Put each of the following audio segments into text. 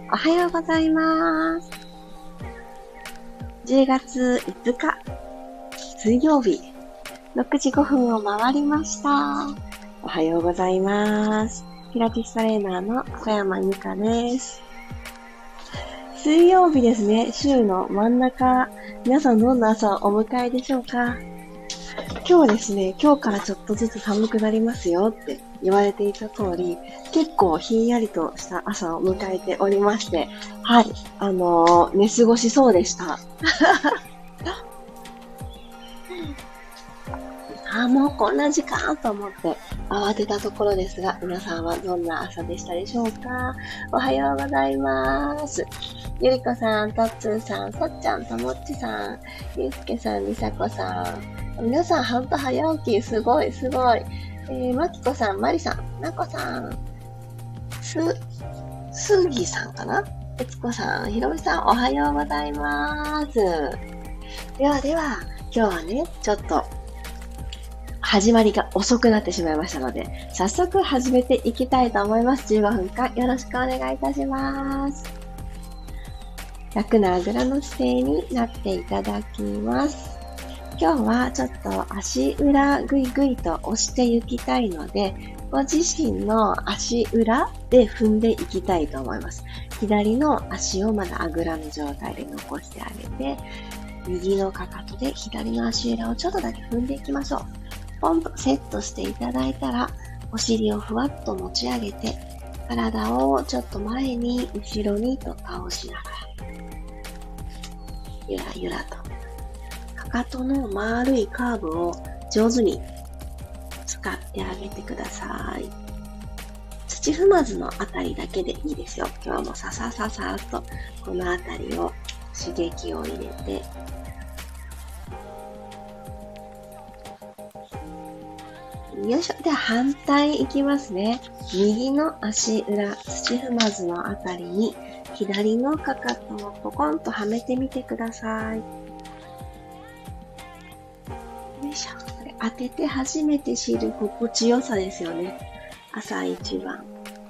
おはようございます。10月5日、水曜日、6時5分を回りました。おはようございます。ピラティストレーナーの小山由かです。水曜日ですね、週の真ん中、皆さんどんな朝をお迎えでしょうか？今日ですね、今日からちょっとずつ寒くなりますよって言われていた通り、結構ひんやりとした朝を迎えておりまして、はい、寝過ごしそうでした。もうこんな時間と思って慌てたところですが、皆さんはどんな朝でしたでしょうか？おはようございます。ゆりこさん、とっつーさん、そっちゃん、ともっちさん、ゆうすけさん、りさこさん。皆さん、ほんと早起き、すごい、すごい。まきこさん、まりさん、なこさん、すぎさんかな？えつこさん、ひろみさん、おはようございます。では、今日はね、ちょっと、始まりが遅くなってしまいましたので、早速始めていきたいと思います。15分間よろしくお願いいたします。楽なあぐらの姿勢になっていただきます。今日はちょっと足裏ぐいぐいと押していきたいので、ご自身の足裏で踏んでいきたいと思います。左の足をまだあぐらの状態で残してあげて、右のかかとで左の足裏をちょっとだけ踏んでいきましょう。ポンとセットしていただいたら、お尻をふわっと持ち上げて、体をちょっと前に後ろにと倒しながら、ゆらゆらと、かかとの丸いカーブを上手に使ってあげてください。土踏まずのあたりだけでいいですよ。今日もささささっとこのあたりを刺激を入れて、よいしょ。では反対いきますね。右の足裏、土踏まずのあたりに左のかかとをポコンとはめてみてください。よいしょ。これ当てて初めて知る心地よさですよね。朝一番。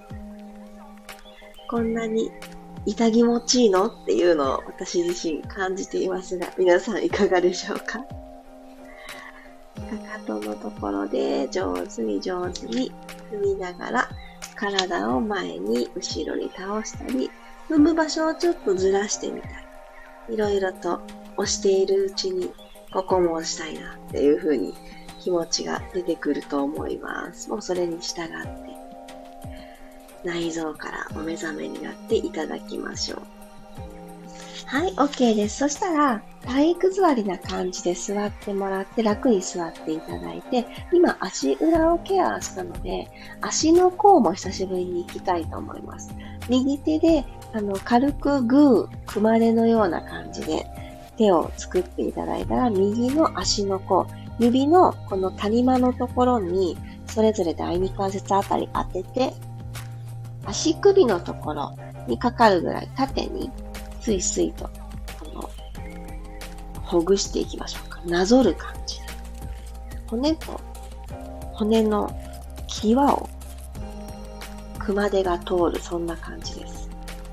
こんなに痛気持ちいいのっていうのを私自身感じていますが、皆さんいかがでしょうか？かかとのところで上手に踏みながら体を前に後ろに倒したり、踏む場所をちょっとずらしてみたり、いろいろと押しているうちにここも押したいなっていう風に気持ちが出てくると思います。もうそれに従って内臓からお目覚めになっていただきましょう。はい、OK です。そしたら、体育座りな感じで座ってもらって、楽に座っていただいて、今足裏をケアしたので、足の甲も久しぶりに行きたいと思います。右手で、軽くグー、熊手のような感じで手を作っていただいたら、右の足の甲、指のこの谷間のところに、それぞれ第二関節あたり当てて、足首のところにかかるぐらい縦に、スイスイと、ほぐしていきましょうか。なぞる感じで。骨と骨の際を熊手が通る、そんな感じです。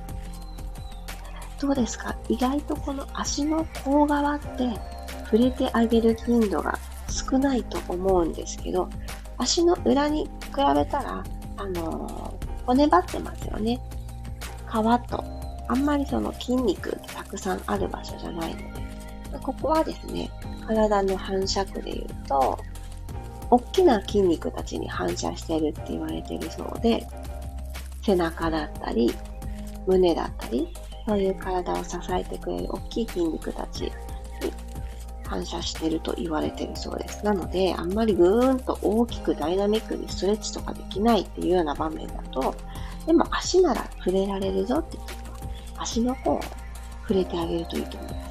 どうですか？意外とこの足の甲側って触れてあげる頻度が少ないと思うんですけど、足の裏に比べたら、骨張ってますよね。皮と。あんまりその筋肉たくさんある場所じゃないので、ここはですね、体の反射区で言うと、大きな筋肉たちに反射してるって言われているそうで、背中だったり、胸だったり、そういう体を支えてくれる大きい筋肉たちに反射してると言われているそうです。なので、あんまりぐーんと大きくダイナミックにストレッチとかできないっていうような場面だと、でも足なら触れられるぞって言って、足の方を触れてあげるといいと思います。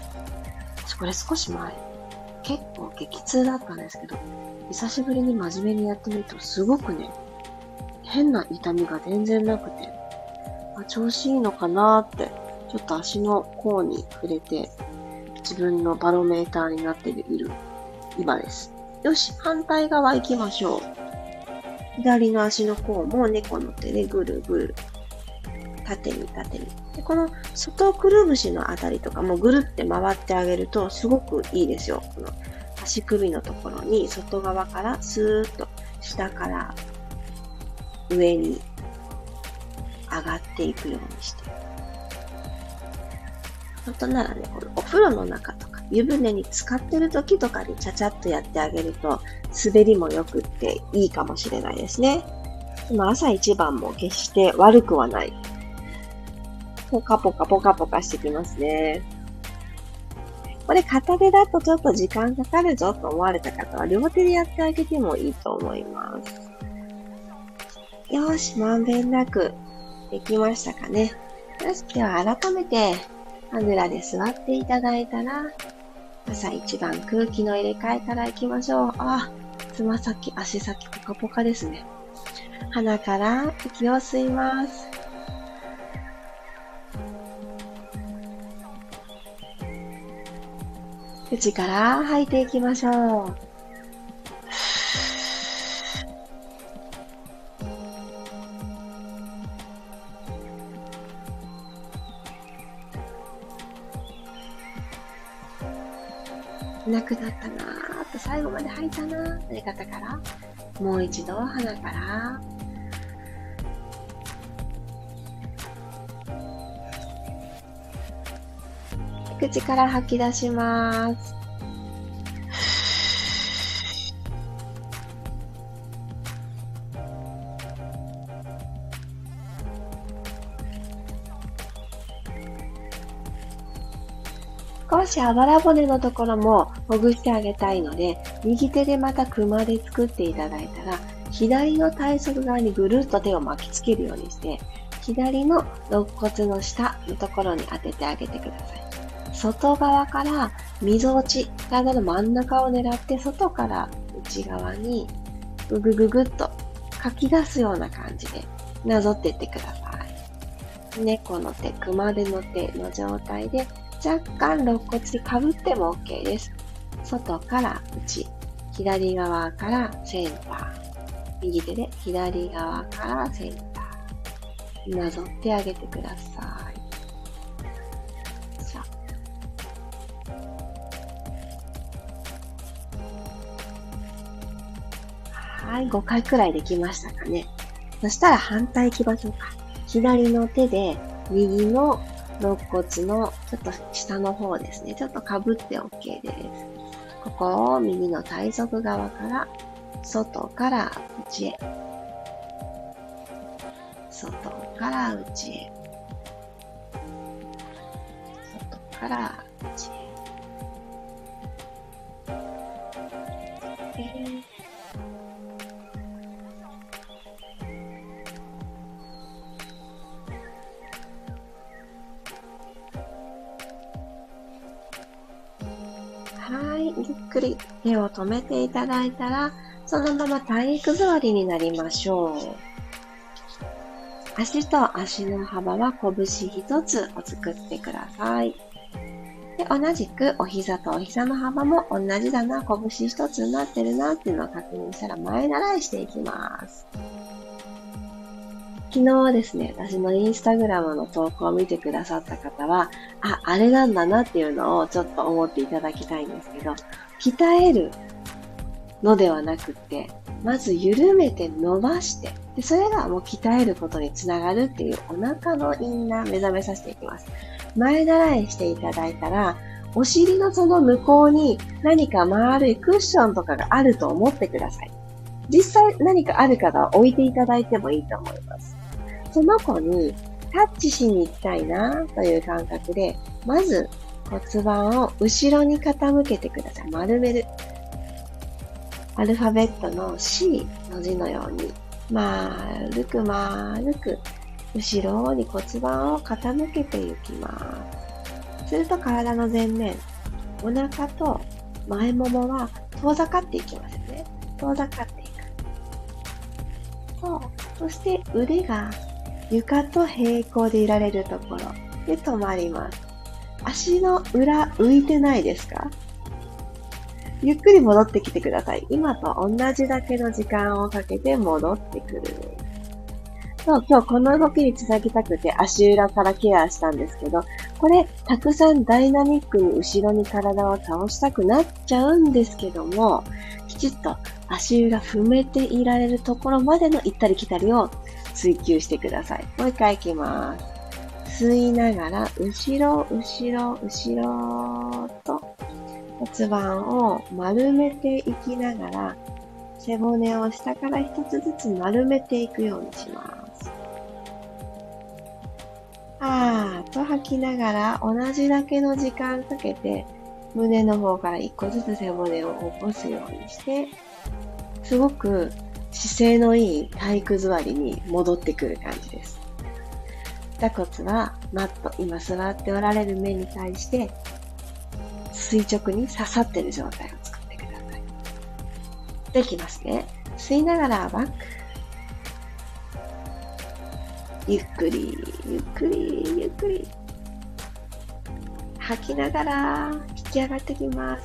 これ少し前、結構激痛だったんですけど、久しぶりに真面目にやってみるとすごくね、変な痛みが全然なくて、調子いいのかなーって、ちょっと足の甲に触れて、自分のバロメーターになっている今です。よし、反対側行きましょう。左の足の甲も猫の手でぐるぐる。 縦に縦に。で、この外くるぶしのあたりとかもぐるって回ってあげるとすごくいいですよ。この足首のところに外側からスーッと下から上に上がっていくようにして。本当ならね、このお風呂の中とか湯船に浸かってる時とかにちゃちゃっとやってあげると滑りも良くっていいかもしれないですね。朝一番も決して悪くはない。ポカポカポカポカしてきますね。これ片手だとちょっと時間かかるぞと思われた方は両手でやってあげてもいいと思います。よーし、まんべんなくできましたかね。よし、では改めてあぐらで座っていただいたら、朝一番空気の入れ替えから行きましょう。つま先、足先ポカポカですね。鼻から息を吸います。口から吐いていきましょう。なくなったなーと最後まで吐いたなーという方から、もう一度鼻から口から吐き出します。少しあばら骨のところもほぐしてあげたいので、右手でまた熊で作っていただいたら、左の体側側にぐるっと手を巻きつけるようにして、左の肋骨の下のところに当ててあげてください。外側から溝落ち、体の真ん中を狙って外から内側にぐぐぐぐっとかき出すような感じでなぞっていってください。猫の手、熊手の手の状態で若干肋骨にかぶっても OK です。外から内、左側からセンター、右手で左側からセンター、なぞってあげてください。はい、5回くらいできましたかね。そしたら反対行きましょうか。左の手で右の肋骨のちょっと下の方ですね。ちょっとかぶって OK です。ここを右の体側側から外から内へ。外から内へ。外から内へ。はい、ゆっくり手を止めていただいたら、そのまま体育座りになりましょう。足と足の幅は拳一つを作ってください。で、同じくお膝とお膝の幅も同じだな、拳一つになってるなっていうのを確認したら前習いしていきます。昨日ですね、私のインスタグラムの投稿を見てくださった方は、あれなんだなっていうのをちょっと思っていただきたいんですけど、鍛えるのではなくって、まず緩めて伸ばして、でそれがもう鍛えることにつながるっていうお腹のインナー目覚めさせていきます。前習いしていただいたら、お尻のその向こうに何か丸いクッションとかがあると思ってください。実際何かある方は置いていただいてもいいと思います。その子にタッチしに行きたいなという感覚で、まず骨盤を後ろに傾けてください。丸める。アルファベットの C の字のように、丸く丸く後ろに骨盤を傾けていきます。すると体の前面、お腹と前ももは遠ざかっていきますよね。遠ざかっていく。そして腕が床と平行でいられるところで止まります。足の裏浮いてないですか？ゆっくり戻ってきてください。今と同じだけの時間をかけて戻ってくる。 そう、今日この動きにつなぎたくて足裏からケアしたんですけど、これたくさんダイナミックに後ろに体を倒したくなっちゃうんですけども、きちっと足裏踏めていられるところまでの行ったり来たりを追求してください。もう一回いきます。吸いながら、後ろ、後ろ、後ろと骨盤を丸めていきながら、背骨を下から一つずつ丸めていくようにします。はーっと吐きながら同じだけの時間かけて胸の方から一個ずつ背骨を起こすようにして、すごく姿勢のいい体育座りに戻ってくる感じです。座骨はマット、今座っておられる面に対して垂直に刺さっている状態を作ってください。できますね。吸いながらバック。ゆっくり、ゆっくり、ゆっくり。吐きながら引き上がってきます。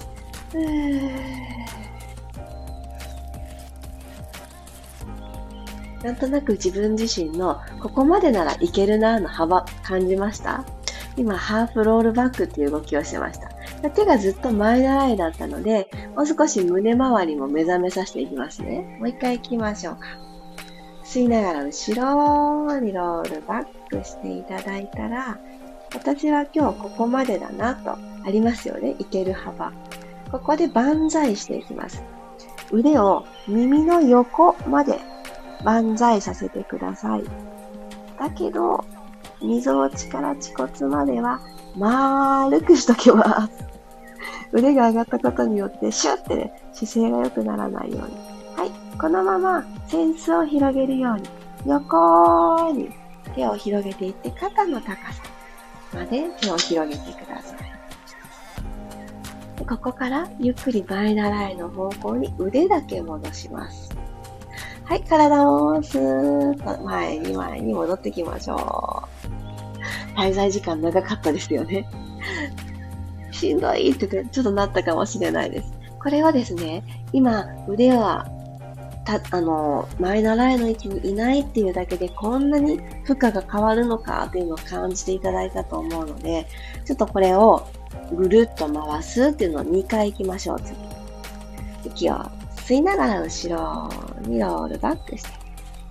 なんとなく自分自身のここまでならいけるなの幅感じました？今ハーフロールバックっていう動きをしてました。手がずっと前習いだったので、もう少し胸周りも目覚めさせていきますね。もう一回行きましょうか。吸いながら後ろにロールバックしていただいたら、私は今日ここまでだなとありますよね。いける幅。ここで万歳していきます。腕を耳の横まで万歳させてください。だけど、溝落ちから恥骨までは丸くしときます。腕が上がったことによってシュッてね、姿勢が良くならないように。はい。このまま扇子を広げるように横に手を広げていって肩の高さまで手を広げてください。でここからゆっくり前習いの方向に腕だけ戻します。はい、体をスーッと前に戻ってきましょう。滞在時間長かったですよね。しんどいってちょっとなったかもしれないです。これはですね、今腕は前習いの位置にいないっていうだけでこんなに負荷が変わるのかっていうのを感じていただいたと思うので、ちょっとこれをぐるっと回すっていうのを2回行きましょう。次。息を吸いながら後ろにロールバックして。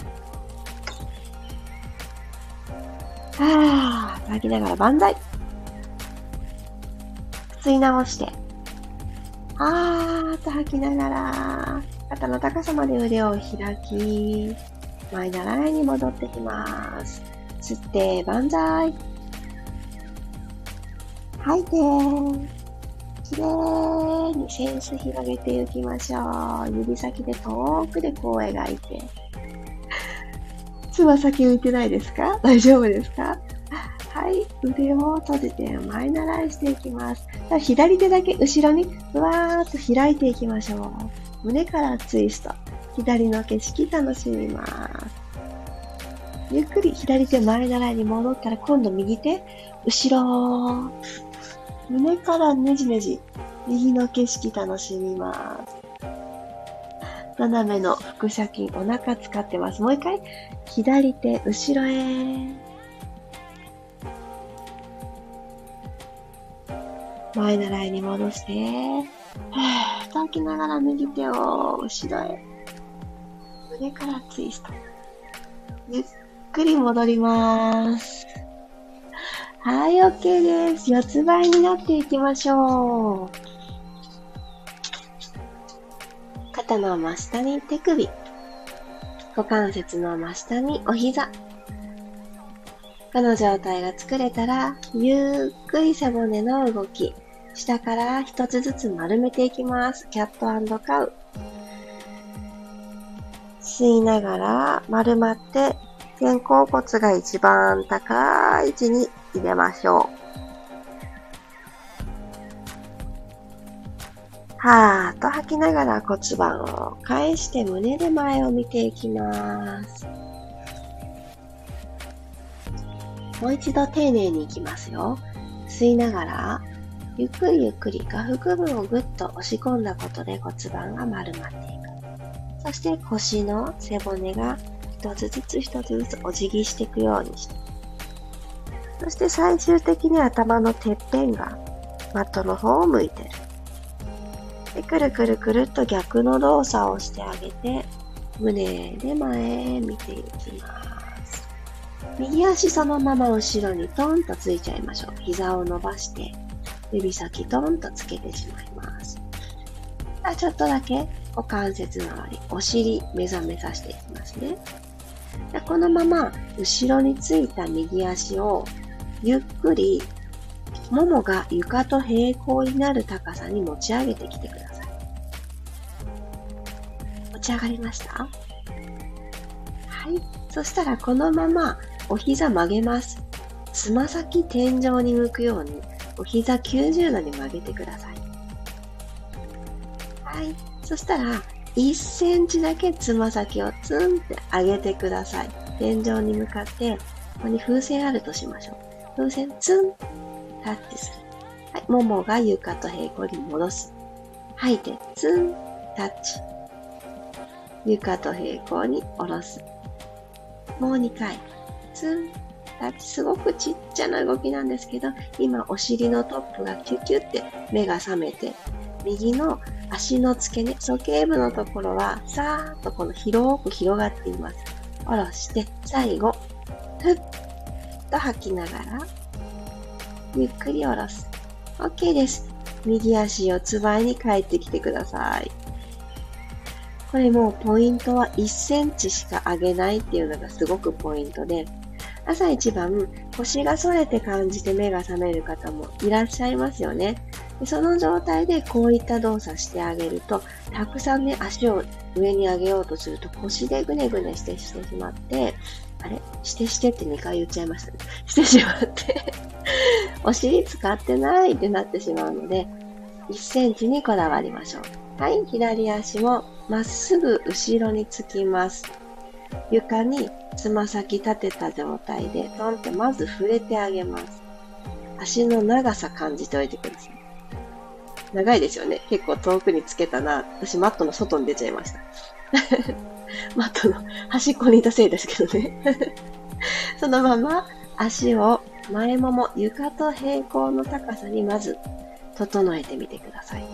吐きながら万歳。吸い直して。吐きながら、肩の高さまで腕を開き、前習いに戻ってきます。吸って、万歳。吐いて、きれいに扇子広げていきましょう。指先で遠くでこう描いて。つま先浮いてないですか？大丈夫ですか？はい、腕を閉じて前習いしていきます。左手だけ後ろにふわーっと開いていきましょう。胸からツイスト。左の景色楽しみます。ゆっくり左手前習いに戻ったら今度右手後ろ。胸からねじねじ。右の景色楽しみます。斜めの腹斜筋、お腹使ってます。もう一回、左手後ろへ。前習いに戻して、吐きながら右手を後ろへ。胸からツイスト。ゆっくり戻ります。はい、OK です。四つ倍になっていきましょう。肩の真下に手首。股関節の真下にお膝。この状態が作れたら、ゆっくり背骨の動き。下から一つずつ丸めていきます。キャット&カウ。吸いながら丸まって、肩甲骨が一番高い位置に入れましょう。はーっと吐きながら骨盤を返して胸で前を見ていきます。もう一度丁寧にいきますよ。吸いながら、ゆっくりゆっくり下腹部をぐっと押し込んだことで骨盤が丸まっていく。そして腰の背骨が一つずつ一つずつお辞儀していくようにして、そして最終的に頭のてっぺんがマットの方を向いてる。で、くるくるくるっと逆の動作をしてあげて、胸で前へ見ていきます。右足そのまま後ろにトンとついちゃいましょう。膝を伸ばして、指先トンとつけてしまいます。ちょっとだけ股関節周り、お尻目覚めさせていきますね。でこのまま後ろについた右足をゆっくりももが床と平行になる高さに持ち上げてきてください。持ち上がりました？はい。そしたらこのままお膝曲げます。つま先天井に向くようにお膝90度に曲げてください。はい。そしたら1センチだけつま先をツンって上げてください。天井に向かって、ここに風船あるとしましょう。風船ツン、タッチする。はい。ももが床と平行に戻す。吐いて、ツン、タッチ。床と平行に下ろす。もう2回。ツン、タッチ。すごくちっちゃな動きなんですけど、今お尻のトップがキュキュって目が覚めて、右の足の付け根、鼠径部のところは、さーっとこの広く広がっています。下ろして、最後、ふっと吐きながら、ゆっくり下ろす。OK です。右足四つ倍に帰ってきてください。これもうポイントは1センチしか上げないっていうのがすごくポイントで、朝一番腰が反れて感じて目が覚める方もいらっしゃいますよね。でその状態でこういった動作してあげると、たくさんね、足を上に上げようとすると腰でぐねぐねしてしまって、してって2回言っちゃいましたね。してしまって、お尻使ってないってなってしまうので、1センチにこだわりましょう。はい、左足もまっすぐ後ろにつきます。床につま先立てた状態でトンってまず触れてあげます。足の長さ感じておいてください。長いですよね。結構遠くにつけたな。私マットの外に出ちゃいました。マットの端っこにいたせいですけどね。そのまま足を前もも床と平行の高さにまず整えてみてください。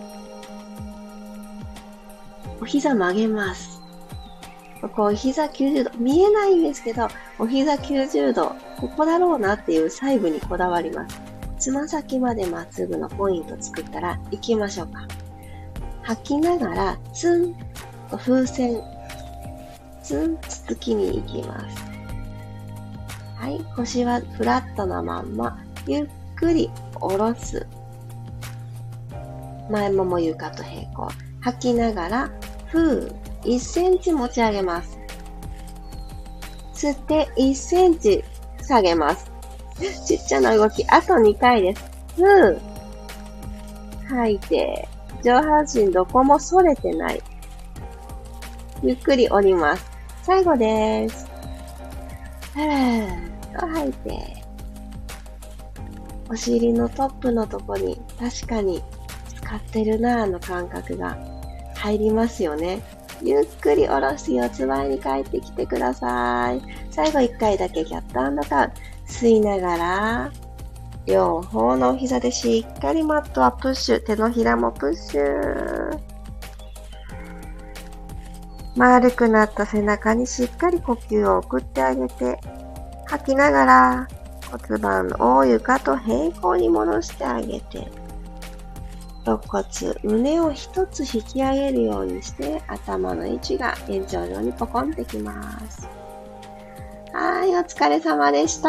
お膝曲げます。ここお膝90度。見えないんですけど、お膝90度。ここだろうなっていう細部にこだわります。つま先までまっすぐのポイント作ったら行きましょうか。吐きながらツンと風船ツンつつきに行きます。はい、腰はフラットなまんまゆっくり下ろす。前もも床と平行。吐きながら1センチ持ち上げます。吸って1センチ下げます。ちっちゃな動き、あと2回です。吐いて、上半身どこも反れてない。ゆっくり降ります。最後です。吐いて、お尻のトップのとこに確かに使ってるなぁの感覚が入りますよね。ゆっくり下ろして四つ倍に帰ってきてください。最後1回だけキャット&カウ。吸いながら、両方のお膝でしっかりマットはプッシュ。手のひらもプッシュ。丸くなった背中にしっかり呼吸を送ってあげて、吐きながら骨盤を床と平行に戻してあげて、肋骨、胸を一つ引き上げるようにして頭の位置が延長上にポコンってきます。はい、お疲れ様でした。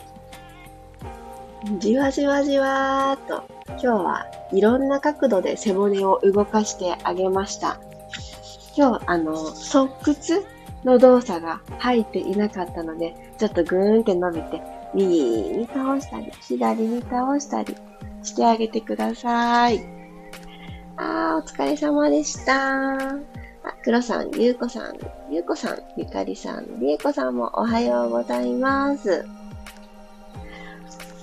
じわじわじわーっと今日はいろんな角度で背骨を動かしてあげました。今日側屈の動作が入っていなかったので、ちょっとぐーんって伸びて右に倒したり左に倒したりしてあげてください。お疲れ様でした。黒さん、ゆうこさん、ゆかりさん、りえこさんもおはようございます。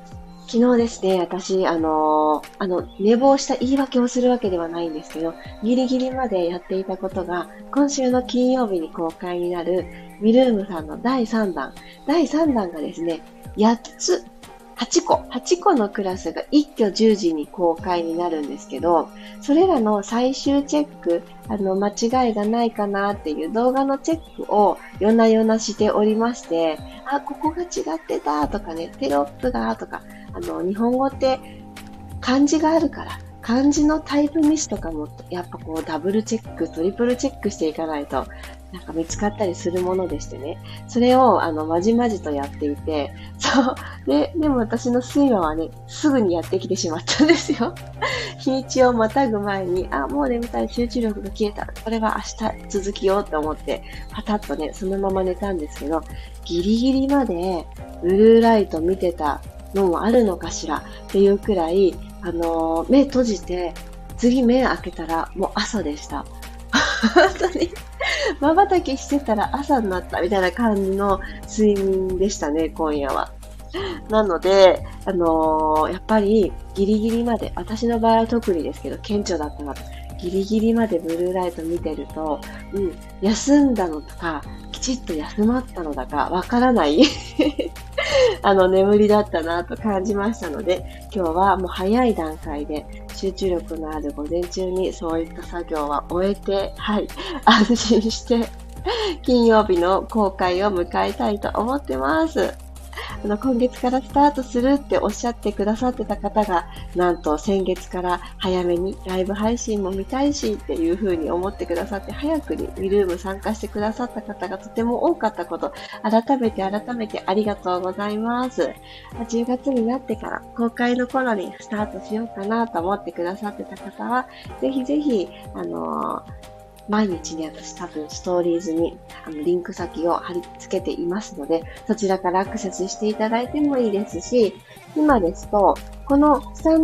昨日ですね、私、寝坊した言い訳をするわけではないんですけど、ギリギリまでやっていたことが、今週の金曜日に公開になる、ミルームさんの第3弾がですね、8個のクラスが一挙10時に公開になるんですけど、それらの最終チェック、間違いがないかなっていう動画のチェックを夜な夜なしておりまして、ここが違ってたとかね、テロップがとか、日本語って漢字があるから、漢字のタイプミスとかも、やっぱこうダブルチェック、トリプルチェックしていかないと、なんか見つかったりするものでしてね。それを、まじまじとやっていて、そう。でも私の睡魔はね、すぐにやってきてしまったんですよ。日にちをまたぐ前に、もう眠たい、集中力が消えた。これは明日続きようと思って、パタッとね、そのまま寝たんですけど、ギリギリまでブルーライト見てたのもあるのかしらっていうくらい、目閉じて、次目開けたらもう朝でした。本当に。瞬きしてたら朝になったみたいな感じの睡眠でしたね、今夜は。なので、やっぱりギリギリまで、私の場合は特にですけど、顕著だったなと。ギリギリまでブルーライト見てると、休んだのとか、きちっと休まったのだかわからない眠りだったなと感じましたので、今日はもう早い段階で集中力のある午前中にそういった作業は終えて、安心して金曜日の公開を迎えたいと思ってます。今月からスタートするっておっしゃってくださってた方が、なんと先月から早めにライブ配信も見たいしっていう風に思ってくださって、早くにミルーム参加してくださった方がとても多かったこと、改めてありがとうございます。10月になってから公開の頃にスタートしようかなと思ってくださってた方は、ぜひぜひ、毎日ね、私多分ストーリーズにリンク先を貼り付けていますので、そちらからアクセスしていただいてもいいですし、今ですと、このスタンド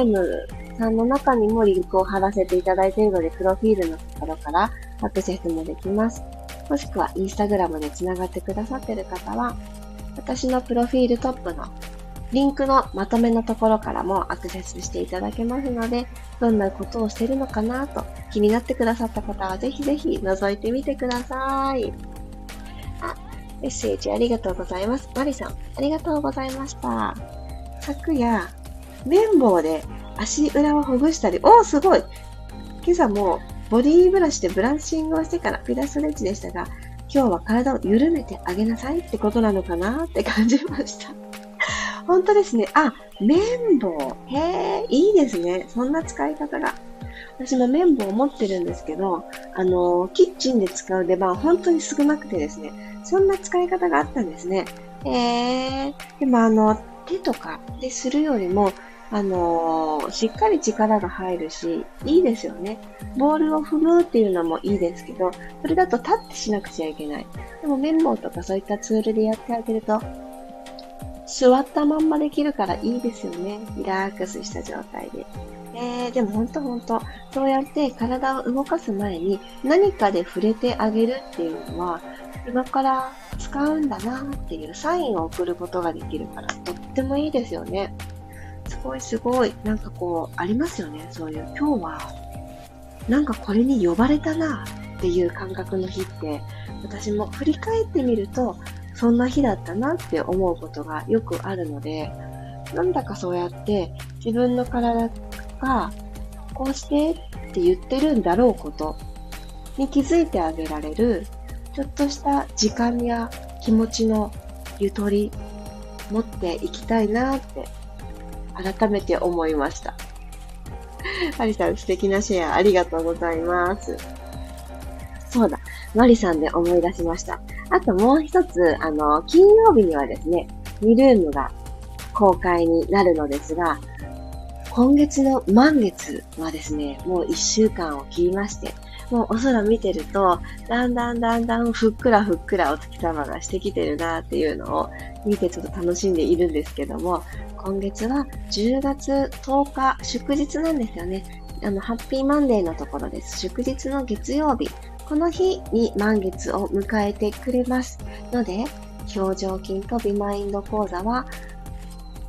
FM さんの中にもリンクを貼らせていただいているので、プロフィールのところからアクセスもできます。もしくはインスタグラムでつながってくださっている方は、私のプロフィールトップのリンクのまとめのところからもアクセスしていただけますので、どんなことをしているのかなと気になってくださった方はぜひぜひ覗いてみてください。メッセージありがとうございます。マリさん、ありがとうございました。昨夜、綿棒で足裏をほぐしたり、すごい！今朝もボディブラシでブラッシングをしてからピラストレッチでしたが、今日は体を緩めてあげなさいってことなのかなって感じました。本当ですね。綿棒。いいですね。そんな使い方が。私も綿棒を持ってるんですけど、キッチンで使う出番本当に少なくてですね、そんな使い方があったんですね。でも手とかでするよりも、しっかり力が入るし、いいですよね。ボールを踏むっていうのもいいですけど、それだと立ってしなくちゃいけない。でも綿棒とかそういったツールでやってあげると、座ったまんまできるからいいですよね。リラックスした状態で。でもほんと、そうやって体を動かす前に何かで触れてあげるっていうのは、今から使うんだなっていうサインを送ることができるから、とってもいいですよね。すごい。なんかありますよね。そういう、今日は、なんかこれに呼ばれたなっていう感覚の日って、私も振り返ってみると、そんな日だったなって思うことがよくあるので、なんだかそうやって自分の体がこうしてって言ってるんだろうことに気づいてあげられる、ちょっとした時間や気持ちのゆとり持っていきたいなって改めて思いました。マリさん素敵なシェアありがとうございます。そうだ、マリさんで思い出しました。あともう一つ、金曜日にはですね、ミルームが公開になるのですが、今月の満月はですね、もう1週間を切りまして、もうお空見てると、だんだんふっくらお月様がしてきてるなっていうのを見てちょっと楽しんでいるんですけども、今月は10月10日祝日なんですよね。ハッピーマンデーのところです。祝日の月曜日。この日に満月を迎えてくれますので、表情筋とビマインド講座は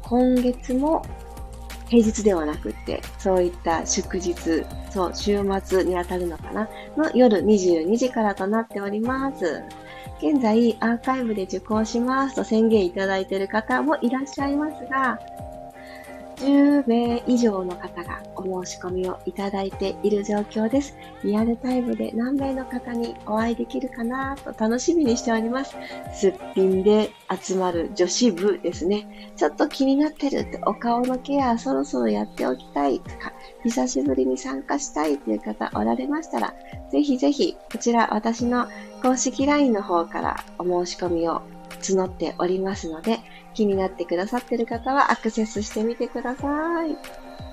今月も平日ではなくって、そういった祝日、そう、週末にあたるのかなの夜22時からとなっております。現在、アーカイブで受講しますと宣言いただいている方もいらっしゃいますが、10名以上の方がお申し込みをいただいている状況です。リアルタイムで何名の方にお会いできるかなと楽しみにしております。すっぴんで集まる女子部ですね。ちょっと気になってるって、お顔のケアそろそろやっておきたいとか、久しぶりに参加したいという方おられましたら、ぜひぜひこちら私の公式 LINE の方からお申し込みを募っておりますので、気になってくださっている方はアクセスしてみてください。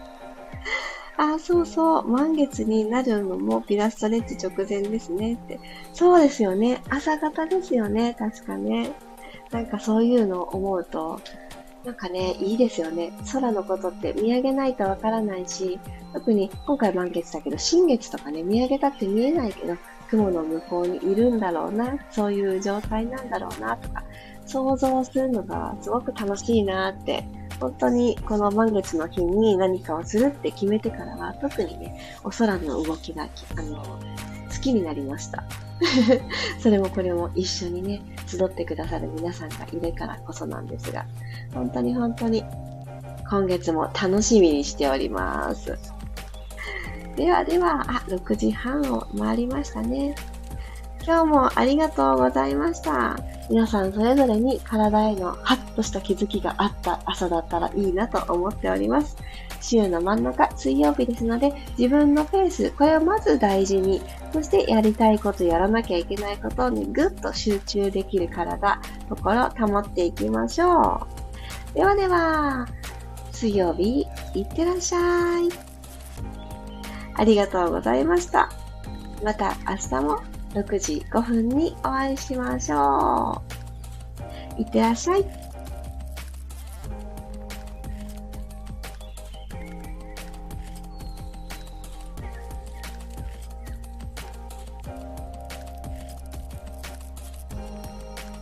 そうそう、満月になるのもピラストレッチ直前ですねって。そうですよね。朝方ですよね。確かね。なんかそういうのを思うと、なんかね、いいですよね。空のことって見上げないとわからないし、特に今回満月だけど、新月とかね、見上げたって見えないけど、雲の向こうにいるんだろうな、そういう状態なんだろうなとか、想像するのがすごく楽しいなって、本当にこの満月の日に何かをするって決めてからは、特にね、お空の動きが好きになりました。それもこれも一緒にね、集ってくださる皆さんがいるからこそなんですが、本当に本当に今月も楽しみにしております。ではでは、6時半を回りましたね。今日もありがとうございました。皆さんそれぞれに体へのハッとした気づきがあった朝だったらいいなと思っております。週の真ん中、水曜日ですので、自分のペース、これをまず大事に、そしてやりたいこと、やらなきゃいけないことにぐっと集中できる体、心を保っていきましょう。ではでは、水曜日、いってらっしゃい。ありがとうございました。また明日も6時5分にお会いしましょう。いってらっしゃい。